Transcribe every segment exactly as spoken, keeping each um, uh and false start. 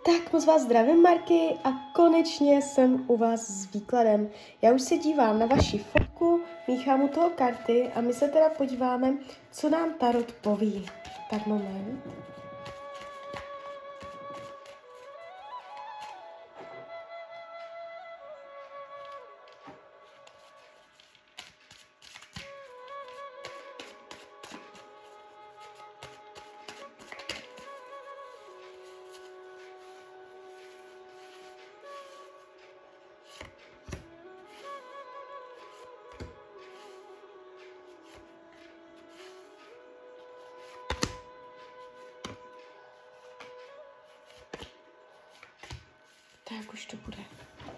Tak moc vás zdravím, Marky, a konečně jsem u vás s výkladem. Já už se dívám na vaši fotku, míchám u toho karty a my se teda podíváme, co nám tarot poví. Tak moment. Tak už to bude.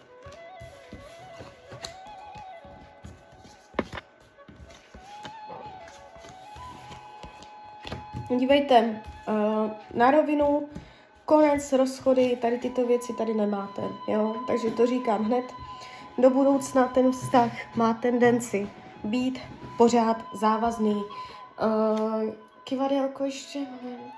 Dívejte, uh, na rovinu, konec, rozchody, tady tyto věci tady nemáte, jo? Takže to říkám hned. Do budoucna ten vztah má tendenci být pořád závazný. Uh, kivadelko ještě, moment.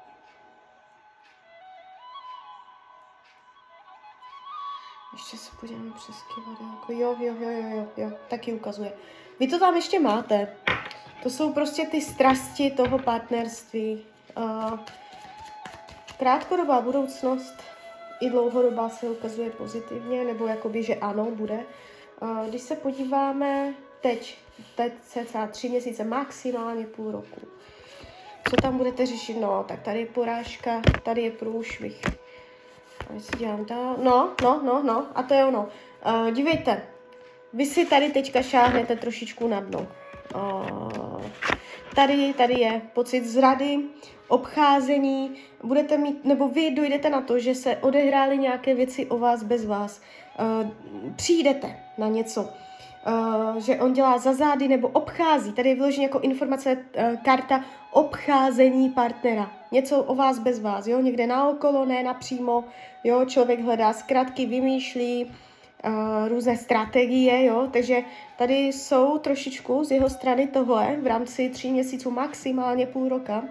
Ještě se podíváme přes kivadelko. Jo, jo, jo, jo, jo, jo, taky ukazuje. Vy to tam ještě máte. To jsou prostě ty strasti toho partnerství. Uh, krátkodobá budoucnost i dlouhodobá se ukazuje pozitivně, nebo jakoby, že ano, bude. Uh, když se podíváme teď, teď cca tři měsíce, maximálně půl roku. Co tam budete řešit? No, tak tady je porážka, tady je průšvih. A si dělám dál. No, no, no, no, a to je ono. Uh, dívejte, vy si tady teďka šáhnete trošičku na dno. Uh, tady, tady je pocit zrady, obcházení, budete mít, nebo vy dojdete na to, že se odehrály nějaké věci o vás bez vás. Uh, přijdete na něco, uh, že on dělá za zády nebo obchází. Tady je vyloženě jako informace uh, karta obcházení partnera. Něco o vás bez vás, jo, někde naokolo, ne napřímo, jo, člověk hledá zkratky, vymýšlí uh, různé strategie, jo, takže tady jsou trošičku z jeho strany tohle v rámci tří měsíců, maximálně půl roka.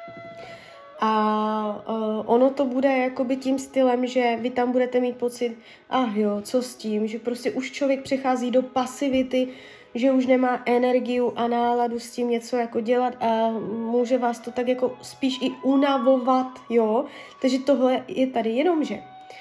A uh, ono to bude jakoby tím stylem, že vy tam budete mít pocit, ah jo, co s tím, že prostě už člověk přechází do pasivity, že už nemá energii a náladu s tím něco jako dělat a může vás to tak jako spíš i unavovat, jo. Takže tohle je tady jenomže.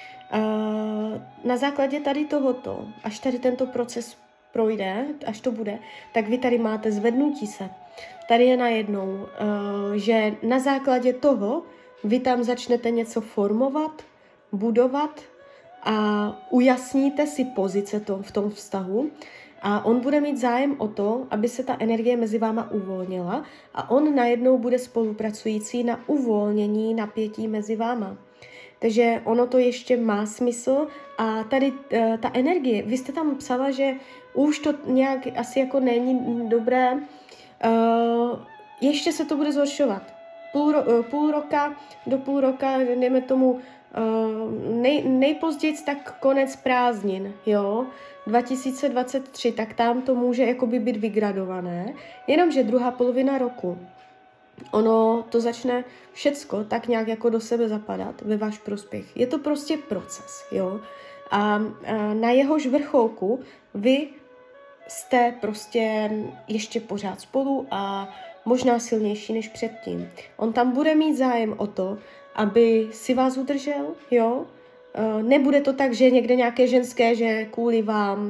Uh, na základě tady tohoto, až tady tento proces projde, až to bude, tak vy tady máte zvednutí se. Tady je najednou, uh, že na základě toho vy tam začnete něco formovat, budovat a ujasníte si pozice to, v tom vztahu. A on bude mít zájem o to, aby se ta energie mezi váma uvolnila a on najednou bude spolupracující na uvolnění napětí mezi váma. Takže ono to ještě má smysl a tady uh, ta energie, vy jste tam psala, že už to nějak asi jako není dobré, uh, ještě se to bude zhoršovat. Půl, ro, uh, půl roka do půl roka, dejme tomu uh, nej, nejpozději tak konec prázdnin, jo, dva tisíce dvacet tři, tak tam to může jakoby být vygradované, jenomže druhá polovina roku, ono to začne všecko tak nějak jako do sebe zapadat ve váš prospěch. Je to prostě proces, jo. A, a na jehož vrcholku vy jste prostě ještě pořád spolu a možná silnější než předtím. On tam bude mít zájem o to, aby si vás udržel, jo. E, nebude to tak, že někde nějaké ženské, že kvůli vám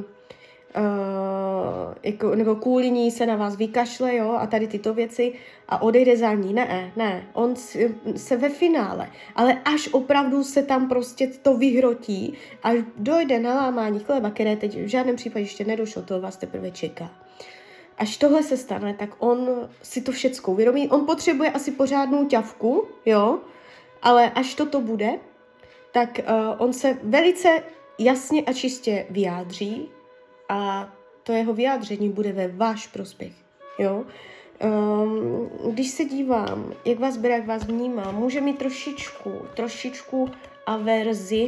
Uh, jako, nebo kvůli ní se na vás vykašle, jo, a tady tyto věci a odejde za ní. Ne, ne, on se ve finále, ale až opravdu se tam prostě to vyhrotí, až dojde na lámání chleba, které teď v žádném případě ještě nedošlo, to vás teprve čeká. Až tohle se stane, tak on si to všecko uvědomí. On potřebuje asi pořádnou ťavku, jo, ale až toto bude, tak uh, on se velice jasně a čistě vyjádří, a to jeho vyjádření bude ve váš prospěch, jo. Um, když se dívám, jak vás bere, jak vás vnímá, může mít trošičku, trošičku averzi.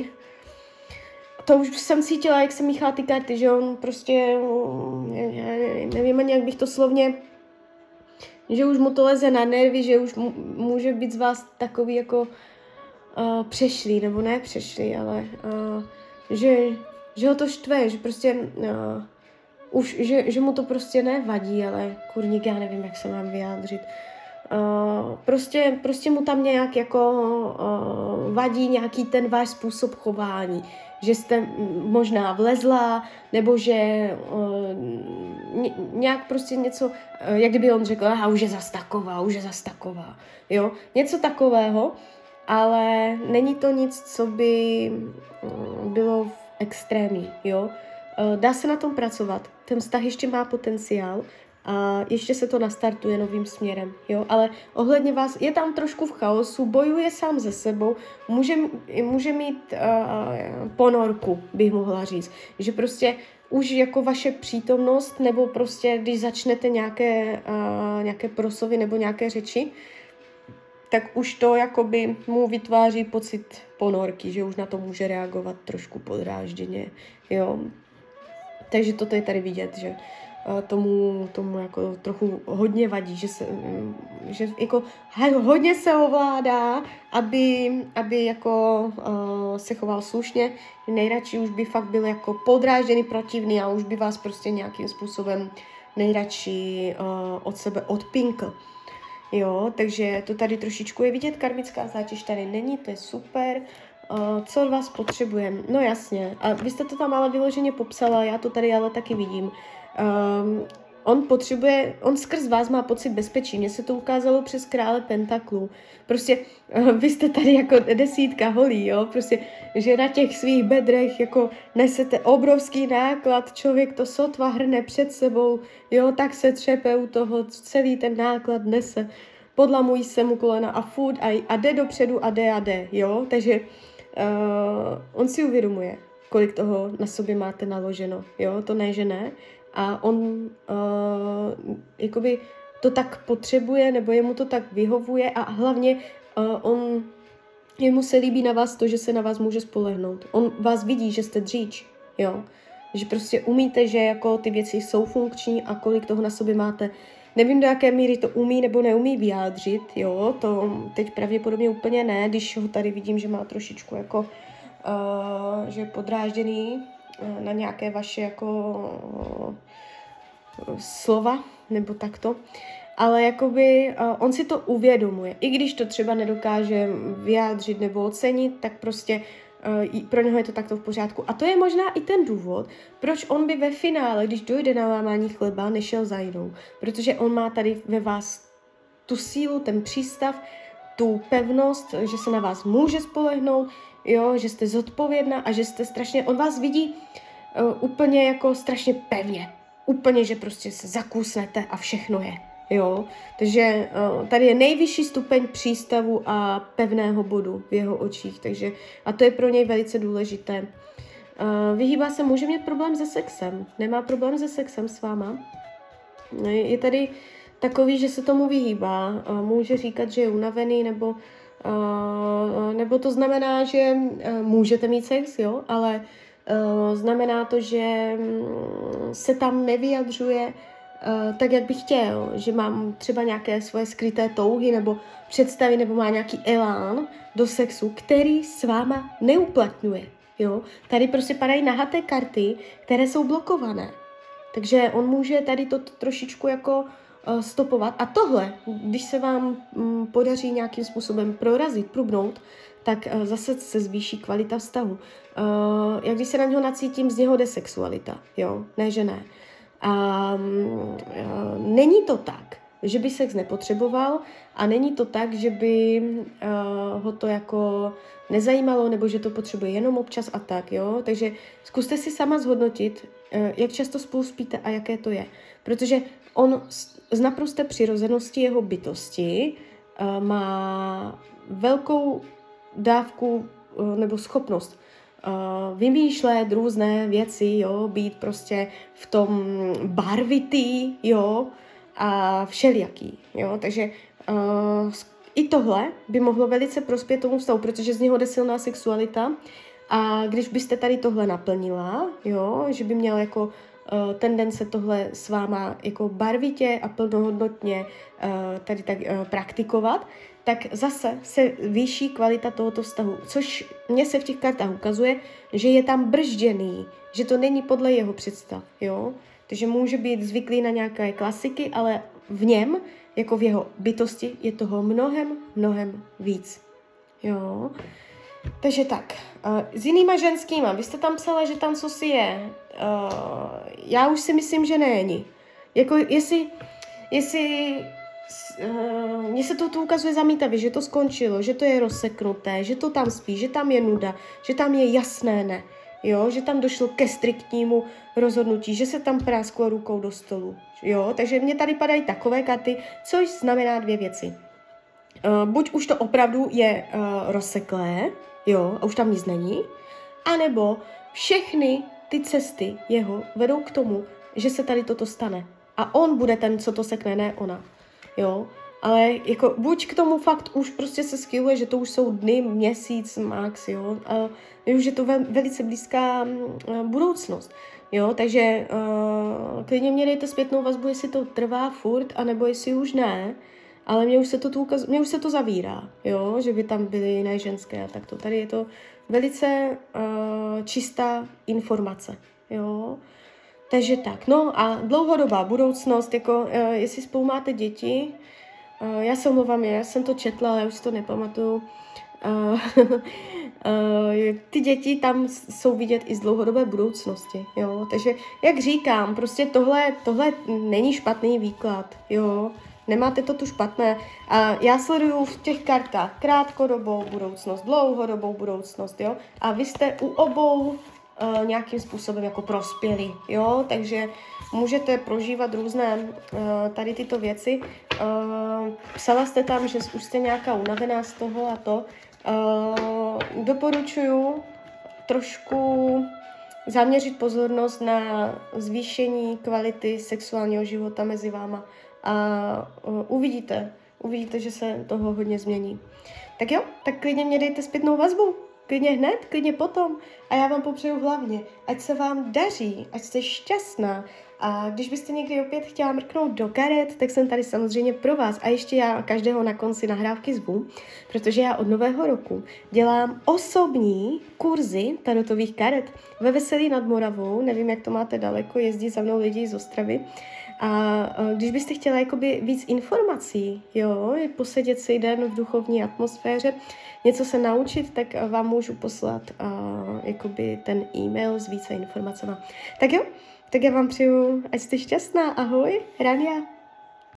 To už jsem cítila, jak jsem míchala ty karty, že on prostě, nevím ani, jak bych to slovně, že už mu to leze na nervy, že už může být z vás takový jako uh, přešlý, nebo ne přešlý, ale uh, že, že ho to štve, že prostě uh, už, že, že mu to prostě nevadí, ale kurník, já nevím, jak se mám vyjádřit. Uh, prostě, prostě mu tam nějak jako uh, vadí nějaký ten váš způsob chování, že jste možná vlezla, nebo že uh, nějak prostě něco, uh, jak kdyby on řekl, aha, už je zas taková, už je zas taková, jo, něco takového, ale není to nic, co by uh, bylo v extrémní, jo. Uh, dá se na tom pracovat, ten vztah ještě má potenciál, a ještě se to nastartuje novým směrem, jo, ale ohledně vás je tam trošku v chaosu, bojuje sám se sebou, může, může mít uh, ponorku, bych mohla říct, že prostě už jako vaše přítomnost, nebo prostě když začnete nějaké, uh, nějaké prosovy nebo nějaké řeči, tak už to jakoby mu vytváří pocit ponorky, že už na to může reagovat trošku podrážděně, jo. Takže toto je tady vidět, že tomu, tomu jako trochu hodně vadí, že se, že jako hodně se ovládá, aby, aby jako uh, se choval slušně, nejradši už by fakt byl jako podrážděný, protivný a už by vás prostě nějakým způsobem nejradši uh, od sebe odpinkl. Jo, takže to tady trošičku je vidět, karmická zátěž tady není, to je super. Uh, co od vás potřebujeme? No jasně, a vy jste to tam ale vyloženě popsala, já to tady ale taky vidím. Um, on potřebuje, on skrz vás má pocit bezpečí. Mně se to ukázalo přes krále pentaklů. Prostě uh, vy jste tady jako desítka holí, jo, prostě, že na těch svých bedrech jako nesete obrovský náklad, člověk to sotva hrne před sebou, jo, tak se třepe u toho, celý ten náklad nese, podlamují se mu kolena a furt a, a jde dopředu a jde a jde, jo, takže uh, on si uvědomuje, kolik toho na sobě máte naloženo, jo, to ne, že ne. A on uh, jakoby to tak potřebuje, nebo jemu to tak vyhovuje a hlavně uh, on, jemu se líbí na vás to, že se na vás může spolehnout. On vás vidí, že jste dříč, jo. Že prostě umíte, že jako ty věci jsou funkční a kolik toho na sobě máte. Nevím, do jaké míry to umí nebo neumí vyjádřit, jo, to teď pravděpodobně úplně ne, když ho tady vidím, že má trošičku jako, uh, že je podrážděný na nějaké vaše jako slova, nebo takto. Ale jakoby uh, on si to uvědomuje. I když to třeba nedokáže vyjádřit nebo ocenit, tak prostě uh, pro něho je to takto v pořádku. A to je možná i ten důvod, proč on by ve finále, když dojde na lámání chleba, nešel za jinou. Protože on má tady ve vás tu sílu, ten přístav, tu pevnost, že se na vás může spolehnout, jo, že jste zodpovědná a že jste strašně, on vás vidí uh, úplně jako strašně pevně. Úplně, že prostě se zakusnete a všechno je, jo. Takže uh, tady je nejvyšší stupeň přístavu a pevného bodu v jeho očích, takže a to je pro něj velice důležité. Uh, vyhýbá se, může mít problém se sexem, nemá problém se sexem s váma. Je tady takový, že se tomu vyhýbá, uh, může říkat, že je unavený, nebo Uh, nebo to znamená, že uh, můžete mít sex, jo, ale uh, znamená to, že um, se tam nevyjadřuje uh, tak, jak bych chtěl, že mám třeba nějaké svoje skryté touhy nebo představy, nebo má nějaký elán do sexu, který s váma neuplatňuje, jo. Tady prostě padají nahaté karty, které jsou blokované. Takže on může tady to trošičku jako stopovat. A tohle, když se vám mm, podaří nějakým způsobem prorazit, prubnout, tak uh, zase se zvýší kvalita vztahu. Uh, jak když se na něho nacítím, z něho jde sexualita, jo, ne, že ne. A um, uh, není to tak, že by sex nepotřeboval a není to tak, že by uh, ho to jako nezajímalo, nebo že to potřebuje jenom občas a tak, jo. Takže zkuste si sama zhodnotit, uh, jak často spolu spíte a jaké to je. Protože on z naprosté přirozenosti jeho bytosti uh, má velkou dávku uh, nebo schopnost uh, vymýšlet různé věci, jo, být prostě v tom barvitý, jo, a všelijaký, jo, takže uh, i tohle by mohlo velice prospět tomu vztahu, protože z něho jde silná sexualita a když byste tady tohle naplnila, jo, že by měl jako uh, tendence tohle s váma jako barvitě a plnohodnotně uh, tady tak uh, praktikovat, tak zase se vyšší kvalita tohoto vztahu, což mně se v těch kartách ukazuje, že je tam bržděný, že to není podle jeho představ, jo. Takže může být zvyklý na nějaké klasiky, ale v něm, jako v jeho bytosti, je toho mnohem, mnohem víc, jo. Takže tak, uh, s jinýma ženskýma, vy jste tam psala, že tam co si je, uh, já už si myslím, že není. Jako jestli, jestli uh, mně se to tu ukazuje zamítavě, že to skončilo, že to je rozseknuté, že to tam spí, že tam je nuda, že tam je jasné ne, jo, že tam došlo ke striktnímu rozhodnutí, že se tam prásklo rukou do stolu, jo, takže mně tady padají takové karty, což znamená dvě věci. Uh, buď už to opravdu je uh, rozseklé, jo, a už tam nic není, anebo všechny ty cesty jeho vedou k tomu, že se tady toto stane. A on bude ten, co to sekne, ne ona, jo. Ale jako buď k tomu fakt už prostě se skyluje, že to už jsou dny, měsíc, max, jo. A už je to vel, velice blízká uh, budoucnost, jo. Takže uh, klidně mě dejte zpětnou vazbu, jestli to trvá furt, anebo jestli už ne. Ale mně už se to, tu ukaz... mně už se to zavírá, jo, že by tam byly jiné ženské a takto. Tady je to velice uh, čistá informace, jo. Takže tak, no a dlouhodobá budoucnost, jako uh, jestli spolu máte děti, uh, já se omlouvám, já jsem to četla, ale já už si to nepamatuju. Uh, uh, ty děti tam jsou vidět i z dlouhodobé budoucnosti, jo. Takže jak říkám, prostě tohle, tohle není špatný výklad, jo. Nemáte to tu špatné. A já sleduju v těch kartách krátkodobou budoucnost, dlouhodobou budoucnost, jo. A vy jste u obou uh, nějakým způsobem jako prospěli, jo. Takže můžete prožívat různé uh, tady tyto věci. Uh, psala jste tam, že už jste nějaká unavená z toho a to. Uh, doporučuju trošku zaměřit pozornost na zvýšení kvality sexuálního života mezi váma. A uh, uvidíte, uvidíte, že se toho hodně změní. Tak jo, tak klidně mě dejte zpětnou vazbu. Klidně hned, klidně potom. A já vám popřeju hlavně, ať se vám daří, ať jste šťastná. A když byste někdy opět chtěla mrknout do karet, tak jsem tady samozřejmě pro vás. A ještě já každého na konci nahrávky zvu, protože já od nového roku dělám osobní kurzy tarotových karet ve Veselí nad Moravou. Nevím, jak to máte daleko, jezdí za mnou lidi z Ostravy. A když byste chtěla jakoby víc informací, jo, posedět si den v duchovní atmosféře, něco se naučit, tak vám můžu poslat uh, jakoby ten e-mail s více informacemi. Tak jo, tak já vám přeju, ať jste šťastná. Ahoj, Rania.